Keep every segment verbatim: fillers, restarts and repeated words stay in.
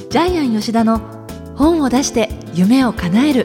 ジャイアン吉田の本を出して夢を叶える。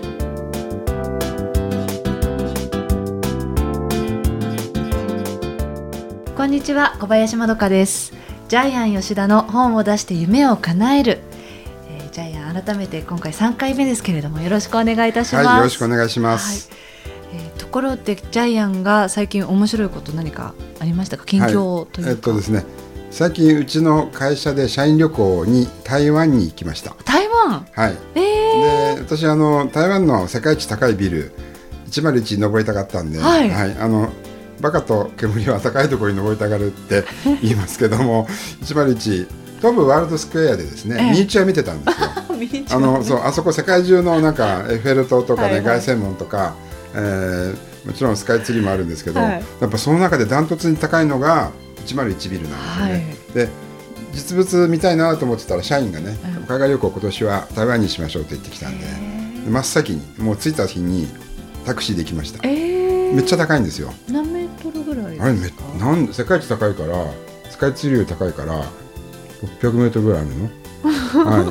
こんにちは、小林まどかです。ジャイアン吉田の本を出して夢を叶える、えー、ジャイアン改めて今回さんかいめですけれども、よろしくお願いいたします。 はい、よろしくお願いします。 はい、えー、ところでジャイアンが最近面白いこと何かありましたか？近況というか。はい、えっとですね最近うちの会社で社員旅行に台湾に行きました。 台湾？ はい、 えー、 で私あの台湾の世界一高いビルいちまるいち登りたかったんで、 はいはい、あのバカと煙は高いところに登りたがるって言いますけどもいちまるいち東武ワールドスクエアでですね、えー、ミニチュア見てたんですよあのそうあそこ世界中のなんかエッフェル塔とかね、はいはい、凱旋門とか、えー、もちろんスカイツリーもあるんですけど、はい、やっぱその中でダントツに高いのがいちまるいちビルなんですよね、はい、で実物見たいなと思ってたら社員がね、うん、海外旅行今年は台湾にしましょうと言ってきたんで、真っ先にもう着いた日にタクシーで来ました。えー、めっちゃ高いんですよ。 何メートルぐらいですか？ あれめなん世界一高いからスカイツリーより高いからろっぴゃくメートルぐらいあるの、はい、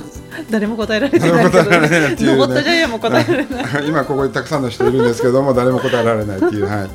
誰も答えられないけど、ね、登ったジャイアンも答えられない今ここにたくさんの人いるんですけども誰も答えられないっていう、はい、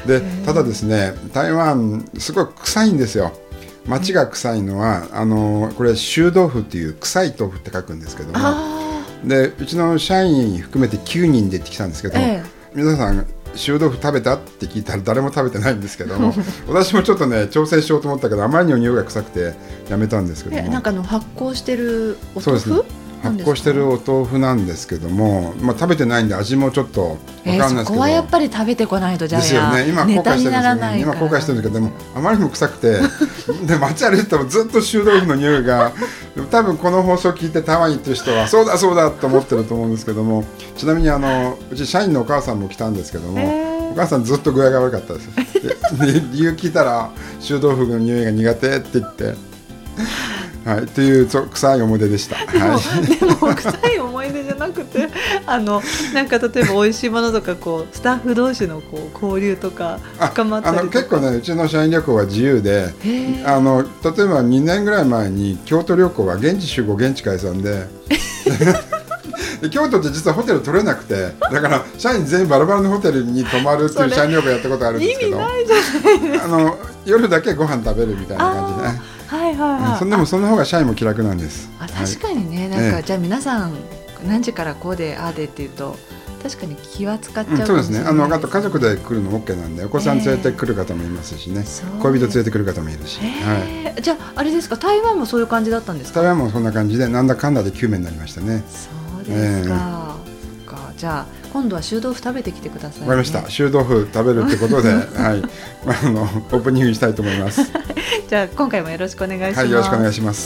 でただですね台湾すごい臭いんですよ。街が臭いのはあのこれ臭豆腐っていう臭い豆腐って書くんですけども、でうちの社員含めてきゅうにんで行ってきたんですけど、ええ、皆さん臭豆腐食べたって聞いたら誰も食べてないんですけども私もちょっとね挑戦しようと思ったけどあまりにも匂いが臭くてやめたんですけども、 なんかの発酵してるお豆腐？そうですね、 発酵してるお豆腐なんですけども、まあ、食べてないんで味もちょっと分かんないですけど、えー、そこはやっぱり食べてこないとジャイアンですよね。今後悔してるんですよね。今後悔してるんですけど、でもあまりにも臭くてで街歩いててもずっと臭豆腐の匂いが多分この放送聞いて台湾行ってる人はそうだそうだと思ってると思うんですけども、ちなみにあのうち社員のお母さんも来たんですけども、えー、お母さんずっと具合が悪かったですで理由聞いたら臭豆腐の匂いが苦手って言ってはい、という臭い思い出でした。 でも、はい、でも臭い思い出じゃなくてあのなんか例えば美味しいものとかこうスタッフ同士のこう交流とか深まったりとか。あの結構ねうちの社員旅行は自由で、あの例えばにねんぐらい前に京都旅行は現地集合現地解散でで京都って実はホテル取れなくてだから社員全員バラバラのホテルに泊まるっていう社員旅行やったことあるんですけど、意味ないじゃないですか。あの夜だけご飯食べるみたいな感じね。はいはいはい、そんでもその方が社員も気楽なんです。 あ、確かにね、はい、なんか、ええ、じゃあ皆さん何時からこうでああでっていうと確かに気は使っちゃうかもしれないですね。 うん、そうですね。あのあと家族で来るの OK なんでお子さん連れてくる方もいますしね、えー、恋人連れてくる方もいるし、 えーはい、じゃああれですか、台湾もそういう感じだったんですか？ 台湾もそんな感じでなんだかんだできゅうめいになりましたね。 そうですか、えー、そっか。じゃあ今度は臭豆腐食べてきてくださいね。 わかりました。臭豆腐食べるってことで、はい、あのオープニングしたいと思いますじゃあ今回もよろしくお願いします。 はい、よろしくお願いします。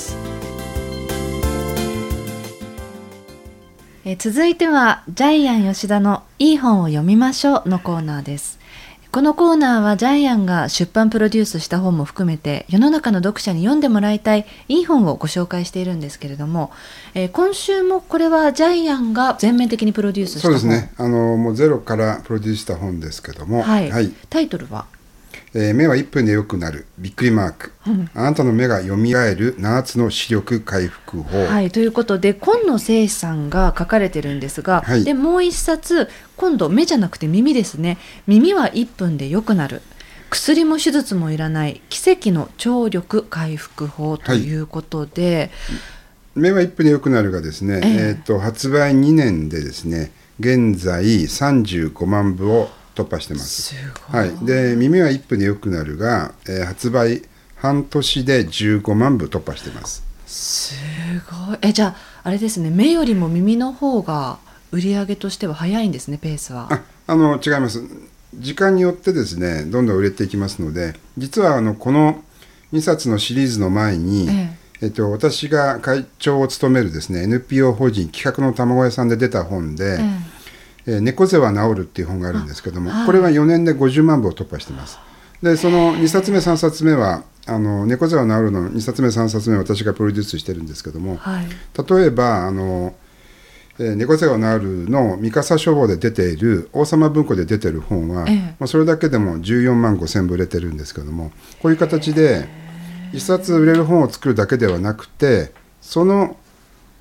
え続いてはジャイアン吉田のいい本を読みましょうのコーナーです。このコーナーはジャイアンが出版プロデュースした本も含めて世の中の読者に読んでもらいたいいい本をご紹介しているんですけれども、えー、今週もこれはジャイアンが全面的にプロデュースした本。 そうですね、あのもうゼロからプロデュースした本ですけども、 はいはい、タイトルはえー、目はいっぷんで良くなるびっくりマーク、うん、あなたの目がよみがえるななつの視力回復法、 はい、ということで今野誠さんが書かれてるんですが、はい、でもう一冊今度目じゃなくて耳ですね。耳はいっぷんで良くなる薬も手術もいらない奇跡の聴力回復法ということで、 はい、目はいっぷんで良くなるがですね、えーえー、と発売にねんでですね現在さんじゅうごまんぶを突破してます。 すごい。 はい、で耳はいっぷんで良くなるが、えー、発売半年でじゅうごまんぶ突破してます。 すごい。えじゃああれですね、目よりも耳の方が売り上げとしては早いんですね、ペースは。 ああの違います。時間によってですねどんどん売れていきますので、実はあのこのにさつのシリーズの前に、えええっと、私が会長を務めるですね エヌピーオー 法人企画の卵屋さんで出た本で、ええ猫背は治るっていう本があるんですけども、はい、これはよねんでごじゅうまんぶを突破してます。でそのにさつめさんさつめはあの猫背は治るのにさつめさんさつめ私がプロデュースしてるんですけども、はい、例えばあの、えー、猫背は治るの三笠書房で出ている王様文庫で出ている本は、ええまあ、それだけでもじゅうよんまんごせんぶ売れてるんですけども、こういう形でいっさつ売れる本を作るだけではなくてその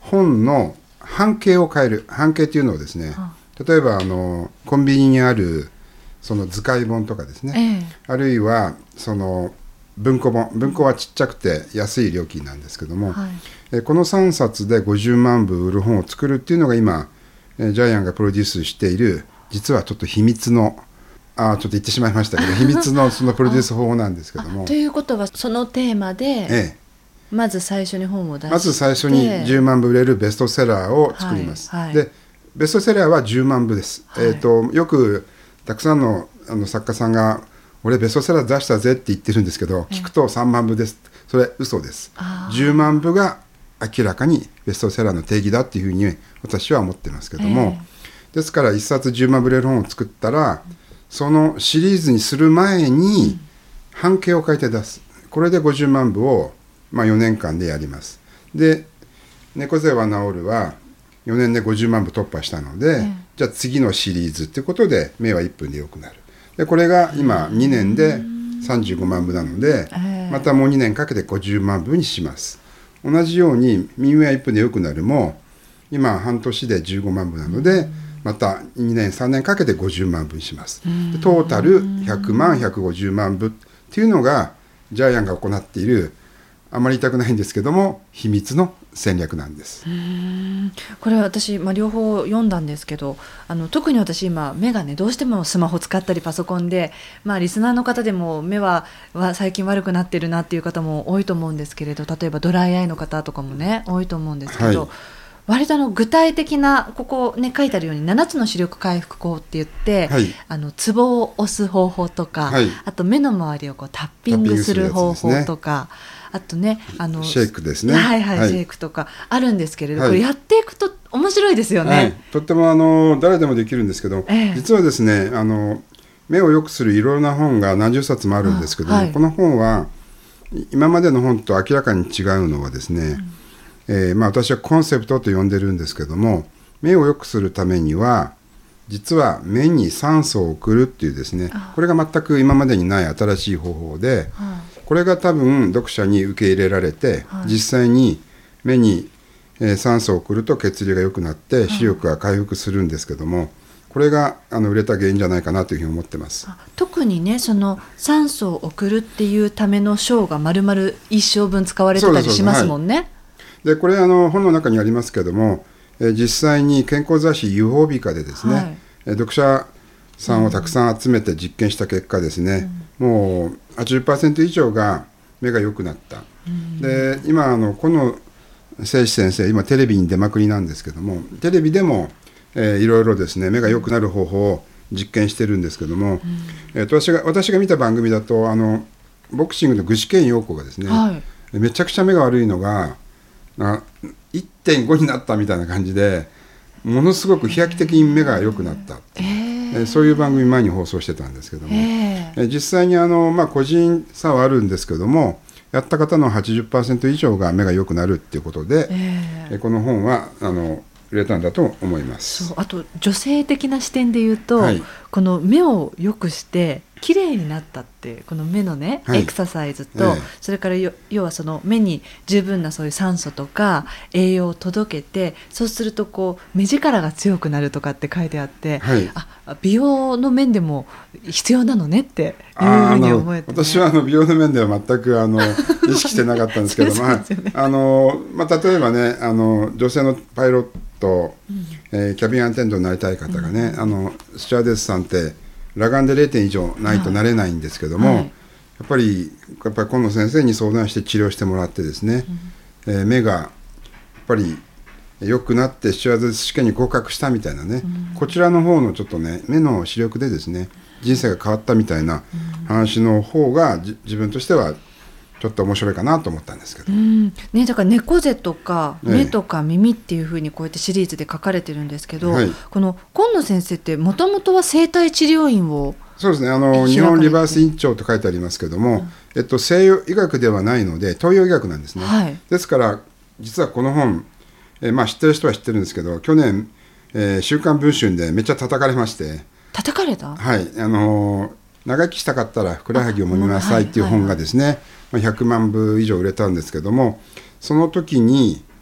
本の半径を変える。半径っていうのをですね、例えばあのコンビニにあるその図解本とかですね、えー、あるいはその文庫本、文庫はちっちゃくて安い料金なんですけども、はい、えこのさんさつでごじゅうまんぶ売る本を作るっていうのが今えジャイアンがプロデュースしている、実はちょっと秘密のあちょっと言ってしまいましたけど秘密のそのプロデュース方法なんですけどもということはそのテーマで、ええ、まず最初に本を出してまず最初にじゅうまんぶ売れるベストセラーを作ります、はいはい、でベストセラーはじゅうまんぶです、はい、えーと、よくたくさん の, あの作家さんが俺ベストセラー出したぜって言ってるんですけど、聞くとさんまんぶです。それ嘘です。じゅうまんぶが明らかにベストセラーの定義だっていうふうに私は思ってますけども、えー、ですからいっさつじゅうまんぶ売れる本を作ったら、そのシリーズにする前に半径を変えて出す。これでごじゅうまんぶを、まあ、よねんかんでやります。で猫背は治るはよねんでごじゅうまんぶ突破したので、えー、じゃあ次のシリーズっていうことで目はいっぷんでよくなる。でこれが今にねんでさんじゅうごまんぶなので、えー、またもうにねんかけてごじゅうまんぶにします。同じように耳はいっぷんでよくなるも今半年でじゅうごまんぶなので、またにねんさんねんかけてごじゅうまんぶにします。でトータルひゃくまんひゃくごじゅうまんぶっていうのがジャイアンが行っている、あまり言いたくないんですけども秘密の戦略なんです。 うーんこれは私、まあ、両方読んだんですけど、あの特に私今目がねどうしてもスマホ使ったりパソコンで、まあ、リスナーの方でも目はは最近悪くなってるなっていう方も多いと思うんですけれど、例えばドライアイの方とかもね多いと思うんですけど、はい、割とあの具体的なここね書いてあるようにななつの視力回復法って言って、はい、あのツボを押す方法とか、はい、あと目の周りをこうタッピングする方法とか、あとねあのシェイクですね、 はいはい、はい、シェイクとかあるんですけれど、はい、これやっていくと面白いですよね、はい、 とってもあの誰でもできるんですけど、えー、実はですねあの目を良くするいろいろな本が何十冊もあるんですけど、はい、この本は今までの本と明らかに違うのはですね、うんえーまあ、私はコンセプトと呼んでるんですけども、目を良くするためには実は目に酸素を送るっていうですね、これが全く今までにない新しい方法で、はい、これが多分読者に受け入れられて、はい、実際に目に、えー、酸素を送ると血流が良くなって視力が回復するんですけども、はい、これがあの売れた原因じゃないかなというふうに思ってます。 特にねその酸素を送るっていうための章が丸々一章分使われてたりしますもんね。はい、 でこれあの本の中にありますけども、えー、実際に健康雑誌ユーフォービカでですね、はい、えー、読者さんをたくさん集めて実験した結果ですね、うん、もう はちじゅっパーセント 以上が目が良くなった、うん、で今あのこの誠司先生今テレビに出まくりなんですけども、テレビでも、えー、いろいろですね目が良くなる方法を実験してるんですけども、うん、えー、と私が私が見た番組だとあのボクシングの具志堅用子がですね、はい、めちゃくちゃ目が悪いのがいってんご になったみたいな感じで、ものすごく飛躍的に目が良くなった、えー、そういう番組前に放送してたんですけども、えー、実際にあの、まあ、個人差はあるんですけども、やった方の はちじゅっパーセント 以上が目が良くなるっていうことで、えー、この本はあの売れたんだと思います。 そう、あと女性的な視点で言うと、はい、この目を良くして綺麗になったってこの目のね、はい、エクササイズと、ええ、それから要はその目に十分なそういう酸素とか栄養を届けて、そうするとこう目力が強くなるとかって書いてあって、はい、あ美容の面でも必要なのねっていうふうに思えて、ね、 私はあの美容の面では全くあの意識してなかったんですけども、ね、あのまあ、例えばねあの女性のパイロット、うん、えー、キャビンアテンドになりたい方がね、うん、あのスチュワーデスさんって裸眼でれいてん以上ないとなれないんですけども、はいはい、やっぱりやっぱり今野先生に相談して治療してもらってですね、うん、えー、目がやっぱり良くなってスチュワーデス試験に合格したみたいなね、うん、こちらの方のちょっとね目の視力でですね人生が変わったみたいな話の方が、じ自分としてはちょっと面白いかなと思ったんですけど、 うんね、だから猫背とか目とか耳っていう風にこうやってシリーズで書かれてるんですけど、はい、この今野先生ってもともとは生体治療院をそうですね、あの日本リバース院長と書いてありますけども、うん、えっと、西洋医学ではないので東洋医学なんですね、はい、ですから実はこの本、えーまあ、知ってる人は知ってるんですけど、去年、えー、週刊文春でめっちゃ叩かれまして。 叩かれた？ はい、あのー、長生きしたかったらふくらはぎを揉みなさいっていう本がですね、ひゃくまんぶ以上売れたんですけども、その時に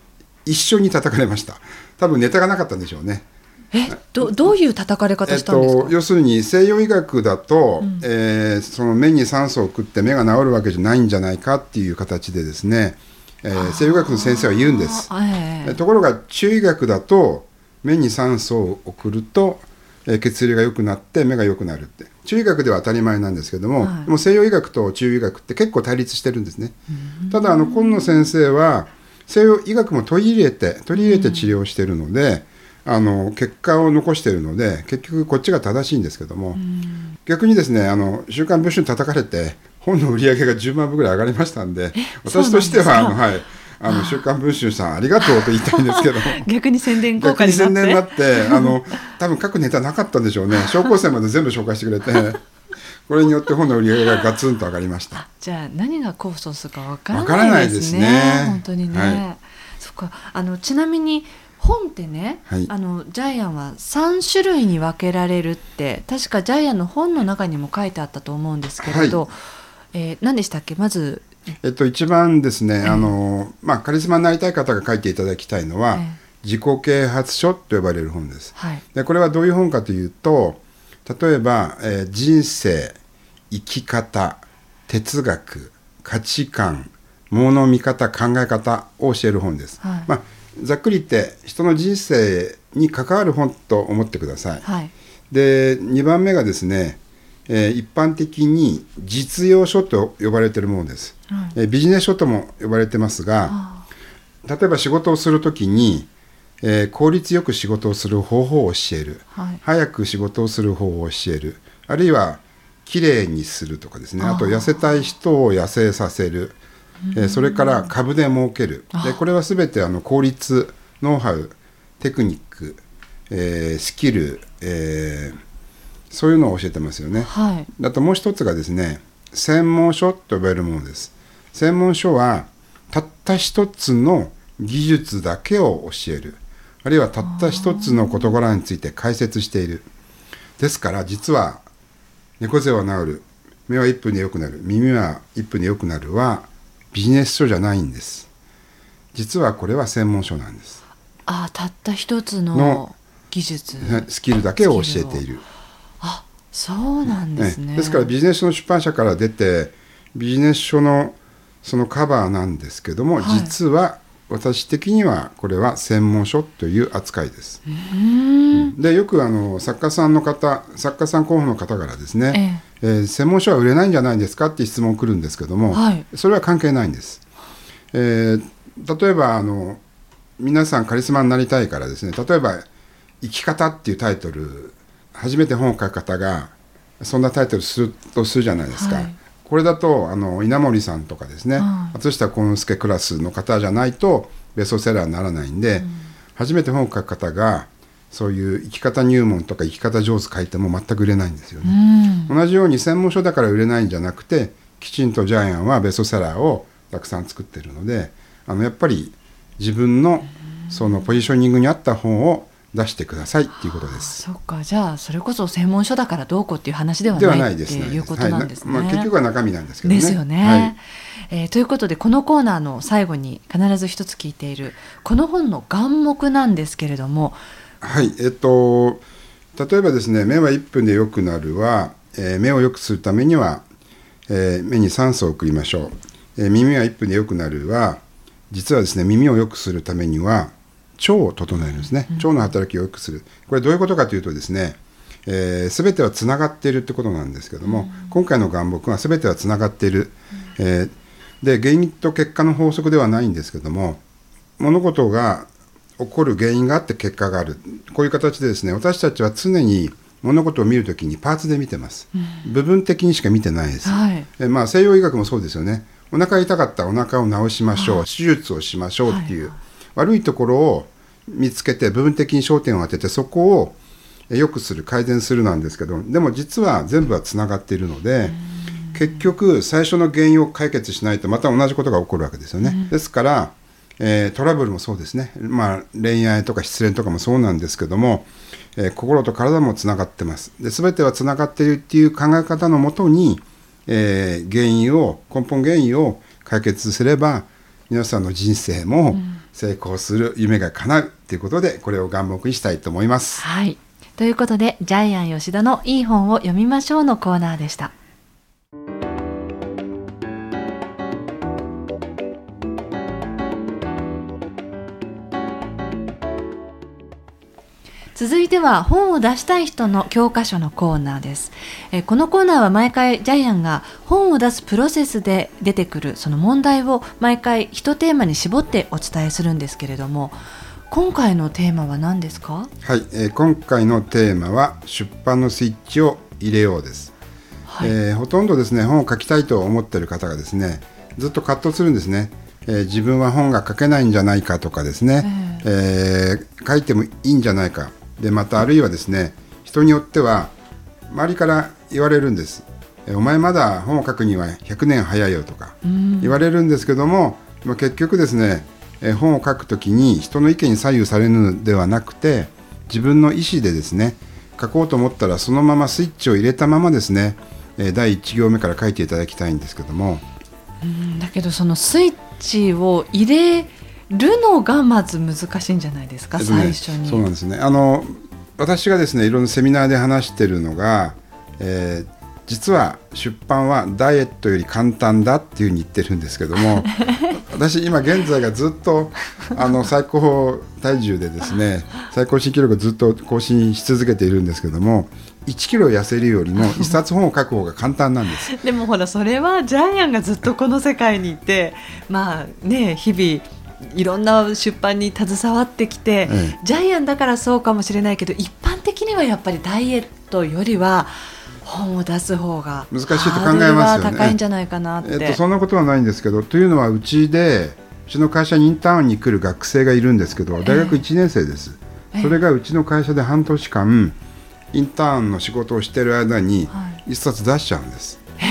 一緒に叩かれました。多分ネタがなかったんでしょうね。 え ど, どういう叩かれ方したんですか？ えっと、要するに西洋医学だと、うんえー、その目に酸素を送って目が治るわけじゃないんじゃないかっていう形でですね、えー、西洋医学の先生は言うんです、えー、ところが中医学だと目に酸素を送ると、えー、血流が良くなって目が良くなるって、中医学では当たり前なんですけども、はい、でも西洋医学と中医学って結構対立してるんですね。ただあの今野先生は西洋医学も取り入れて取り入れて治療してるので、あの結果を残しているので結局こっちが正しいんですけども、うん、逆にですねあの週刊文春に叩かれて本の売り上げがじゅうまんぶぐらい上がりましたんで、私としてはあの、はい、あの週刊文春さんありがとうと言いたいんですけど逆に宣伝効果になって逆に宣伝になってあの多分書くネタなかったんでしょうね。小高生まで全部紹介してくれてこれによって本の売り上げがガツンと上がりました。 じゃあ何が功を奏するかわからないですね。わからないですね本当にね、はい、そっか。あのちなみに本ってね、はい、あのジャイアンはさん種類に分けられるって確かジャイアンの本の中にも書いてあったと思うんですけれど、はいえー、何でしたっけまず、 えっと、一番ですね、えーあのまあ、カリスマになりたい方が書いていただきたいのは、えー、自己啓発書と呼ばれる本です、はい、でこれはどういう本かというと例えば、えー、人生、生き方、哲学、価値観、ものの見方、考え方を教える本です、はいまあざっくり言って人の人生に関わる本と思ってください、はい、でにばんめがですね、えー、一般的に実用書と呼ばれているものです、はいえー、ビジネス書とも呼ばれてますが、例えば仕事をするときに、えー、効率よく仕事をする方法を教える、はい、早く仕事をする方法を教える、あるいはきれいにするとかですね、 あ, あと痩せたい人を痩せさせる、えー、それから株で儲ける。でこれはすべてあの効率、ノウハウ、テクニック、えー、スキル、えー、そういうのを教えてますよね、はい、あともう一つがですね専門書と呼ばれるものです。専門書はたった一つの技術だけを教える、あるいはたった一つの事柄について解説している。ですから実は猫背は治る、目はいっぷんで良くなる、耳はいっぷんで良くなるはビジネス書じゃないんです。実はこれは専門書なんです。 あ、たった一つの技術、 スキルだけを教えている。 あ、そうなんですね。 ね、ですからビジネス書の出版社から出てビジネス書のそのカバーなんですけども、はい、実は私的にはこれは専門書という扱いです。うーんでよくあの作家さんの方作家さん候補の方からですね、えええー、専門書は売れないんじゃないですかって質問来るんですけども、はい、それは関係ないんです。えー、例えばあの皆さんカリスマになりたいからですね、例えば生き方っていうタイトル、初めて本を書く方がそんなタイトルするとするじゃないですか、はい、これだとあの稲森さんとかですね、松下幸之助クラスの方じゃないとベストセラーにならないんで、うん、初めて本を書く方がそういう生き方入門とか生き方上手書いても全く売れないんですよね、うん、同じように専門書だから売れないんじゃなくて、きちんとジャイアンはベストセラーをたくさん作っているので、あのやっぱり自分のそのポジショニングに合った本を出してくださいっていうことです。 そっか、じゃあそれこそ専門書だからどうこうっていう話ではないっていうことなんですね。 はい、まあ、結局は中身なんですけどね。 ですよね、はい。えー、ということでこのコーナーの最後に必ず一つ聞いているこの本の眼目なんですけれども、 はい、えっと例えばですね、目はいっぷんで良くなるは、えー、目を良くするためには、えー、目に酸素を送りましょう、えー、耳はいっぷんで良くなるは、実はですね、耳を良くするためには腸を整えるんですね。腸の働きを良くする。これどういうことかというとですね、えー、全てはつながっているってことなんですけども、うん、今回の眼目は全てはつながっている、うん、えー、で原因と結果の法則ではないんですけども、物事が起こる原因があって結果がある、こういう形でですね、私たちは常に物事を見るときにパーツで見てます、うん、部分的にしか見てないです、はい。えーまあ、西洋医学もそうですよね。お腹痛かったらお腹を治しましょう、はい、手術をしましょうっていう、はい、悪いところを見つけて部分的に焦点を当ててそこを良くする、改善するなんですけど、でも実は全部はつながっているので、結局最初の原因を解決しないとまた同じことが起こるわけですよね。ですから、えー、トラブルもそうですね、まあ、恋愛とか失恋とかもそうなんですけども、えー、心と体もつながってます。で全てはつながっているっていう考え方のもとに、えー、原因を根本原因を解決すれば、 皆さんの人生も成功する、夢が叶うということで、これを眼目にしたいと思います。 はい、ということでジャイアン吉田のいい本を読みましょうのコーナーでした。続いては本を出したい人の教科書のコーナーです。えこのコーナーは毎回ジャイアンが本を出すプロセスで出てくるその問題を毎回一テーマに絞ってお伝えするんですけれども、今回のテーマは何ですか？ はい、えー、今回のテーマは出版のスイッチを入れようです。はい、えー、ほとんどですね、本を書きたいと思っている方がですね、ずっと葛藤するんですね。えー、自分は本が書けないんじゃないかとかですね、えーえー、書いてもいいんじゃないかで、またあるいはですね、人によっては周りから言われるんです。えお前まだ本を書くにはひゃくねん早いよとか言われるんですけども、まあ、結局ですね、え本を書くときに人の意見に左右されるのではなくて、自分の意思でですね、書こうと思ったらそのままスイッチを入れたままですね、えだいいち行目から書いていただきたいんですけども、 うんだけどそのスイッチを入れるのがまず難しいんじゃないですか、えっとね、最初に。 そうなんですね。あの私がですね、いろんなセミナーで話しているのが、えー、実は出版はダイエットより簡単だっていうふうに言ってるんですけども私今現在がずっとあの最高体重でですね、最高新記録をずっと更新し続けているんですけども、いちキロ痩せるよりも一冊本を書く方が簡単なんですでもほら、それはジャイアンがずっとこの世界にいて、まあね、日々いろんな出版に携わってきて、ええ、ジャイアンだからそうかもしれないけど、一般的にはやっぱりダイエットよりは本を出す方が難しいと考えますよね。ハードルは高いんじゃないかなって、 えっと、そんなことはないんですけど、というのはうちでうちの会社にインターンに来る学生がいるんですけど、大学いちねん生です、ええ、それがうちの会社で半年間インターンの仕事をしている間に一冊出しちゃうんです、はい、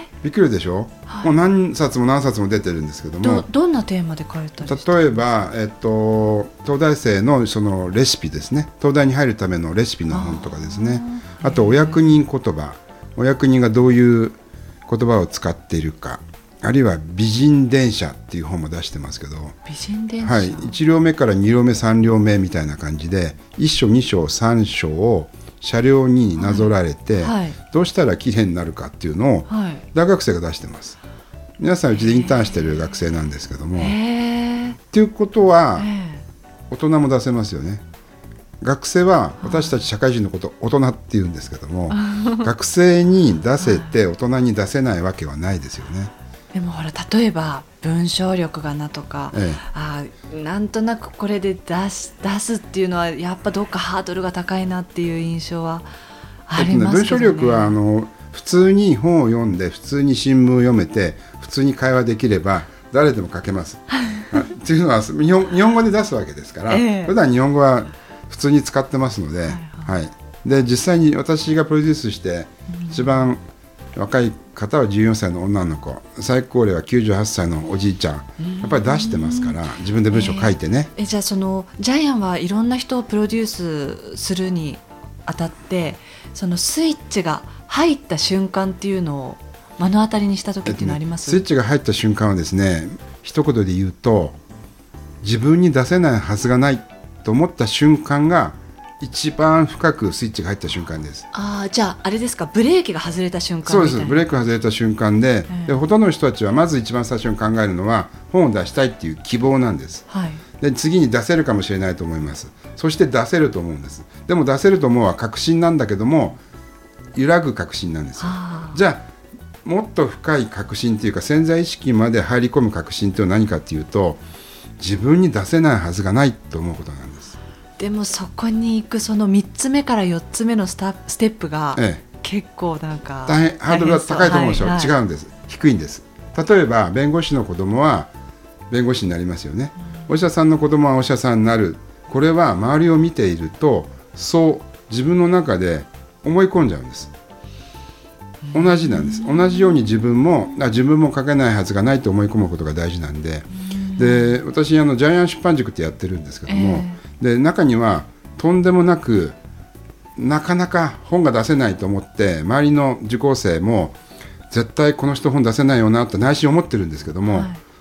びっくりでしょ、はい、もう何冊も何冊も出てるんですけども、 ど, どんなテーマで書いたりしてる？ 例えば、えっと、東大生 の, そのレシピですね、東大に入るためのレシピの本とかですね、 あ, あとお役人言葉、お役人がどういう言葉を使っているか、あるいは美人電車っていう本も出してますけど、 美人電車、 はい、いち両目からに両目さん両目みたいな感じでいっ章に章さん章を車両になぞられて、はいはい、どうしたらきれいになるかっていうのを大学生が出してます。皆さんうちでインターンしてる学生なんですけども、っていうことは大人も出せますよね。学生は私たち社会人のことを大人って言うんですけども学生に出せて大人に出せないわけはないですよね。 でもほら、例えば文章力がなとか、ええ、あなんとなくこれで出す、出すっていうのはやっぱどっかハードルが高いなっていう印象はありますけどね。文章力はあの普通に本を読んで普通に新聞を読めて普通に会話できれば誰でも書けますっていうのは日本、日本語で出すわけですから、ええ、普段日本語は普通に使ってますので、はいはいはい、で実際に私がプロデュースして一番若い方はじゅうよんさいの女の子、最高齢はきゅうじゅうはっさいのおじいちゃん、やっぱり出してますから、自分で文章書いてね、 えー、えじゃあそのジャイアンはいろんな人をプロデュースするにあたって、そのスイッチが入った瞬間っていうのを目の当たりにした時っていうのはあります？ えっとね、スイッチが入った瞬間はですね、一言で言うと自分に出せないはずがないと思った瞬間が一番深くスイッチが入った瞬間です。 あ、じゃああれですか、ブレーキが外れた瞬間みたいな。 そうです、ブレーキが外れた瞬間 で,、えー、でほとんどの人たちはまず一番最初に考えるのは本を出したいっていう希望なんです、はい、で次に出せるかもしれないと思います。そして出せると思うんです。でも出せると思うは確信なんだけども揺らぐ確信なんですよ。じゃあもっと深い確信というか潜在意識まで入り込む確信というのは何かというと、自分に出せないはずがないと思うことなんです。 でもそこに行くそのみっつめからよっつめのスタステップが、ええ、結構なんか大変ハードルが高いと思うでしょ、はいはい、違うんです。低いんです。例えば弁護士の子供は弁護士になりますよね、うん、お医者さんの子供はお医者さんになる。これは周りを見ているとそう自分の中で思い込んじゃうんです。同じなんです。同じように自分も自分も書けないはずがないと思い込むことが大事なんで、で私あのジャイアン出版塾ってやってるんですけども、えー、で中にはとんでもなくなかなか本が出せないと思って周りの受講生も絶対この人本出せないよなって内心思ってるんですけども、はい、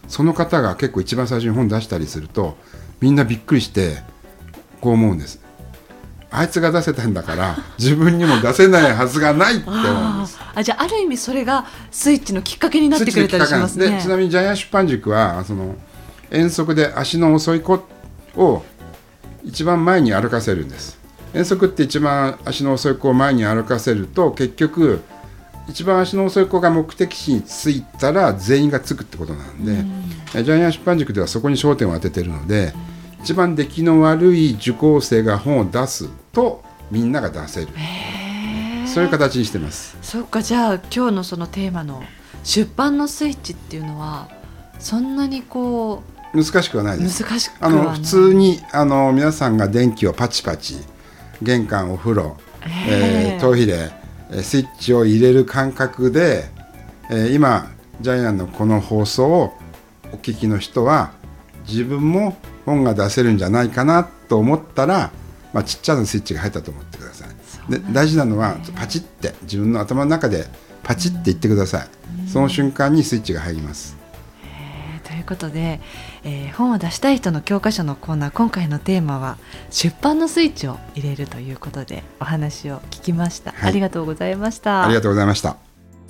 その方が結構一番最初に本出したりするとみんなびっくりしてこう思うんです。あいつが出せたんだから自分にも出せないはずがないって思うんです。 ああ、じゃあある意味それがスイッチのきっかけになってくれたりしますね。 でちなみにジャイアン出版塾はその遠足で足の遅い子を一番前に歩かせるんです。遠足って一番足の遅い子を前に歩かせると結局一番足の遅い子が目的地に着いたら全員が着くってことなんで、うん、ジャイアン出版塾ではそこに焦点を当ててるので、うん、一番出来の悪い受講生が本を出すとみんなが出せる、そういう形にしてます。 そっか、じゃあ今日のそのテーマの出版のスイッチっていうのはそんなにこう難しくはないです。 難しくはない。 あの普通にあの皆さんが電気をパチパチ、玄関お風呂、えー、トイレスイッチを入れる感覚で、えー、今ジャイアンのこの放送をお聞きの人は自分も本が出せるんじゃないかなと思ったら、まあ、ちっちゃなスイッチが入ったと思ってください。で大事なのはパチって自分の頭の中でパチって言ってください、うん、その瞬間にスイッチが入ります。 ということで、えー、本を出したい人の教科書のコーナー、今回のテーマは出版のスイッチを入れるということでお話を聞きました、はい、ありがとうございました。 ありがとうございました。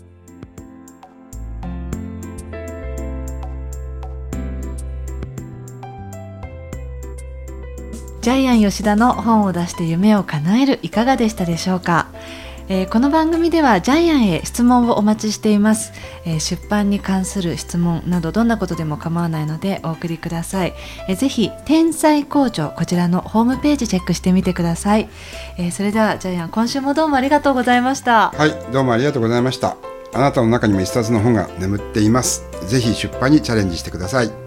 ジャイアン吉田の本を出して夢を叶える、いかがでしたでしょうか。えー、この番組ではジャイアンへ質問をお待ちしています。えー、出版に関する質問などどんなことでも構わないのでお送りください。えー、ぜひ天才工場、こちらのホームページチェックしてみてください。えー、それではジャイアン、今週もどうもありがとうございました。 はい、どうもありがとうございました。あなたの中にも一冊の本が眠っています。ぜひ出版にチャレンジしてください。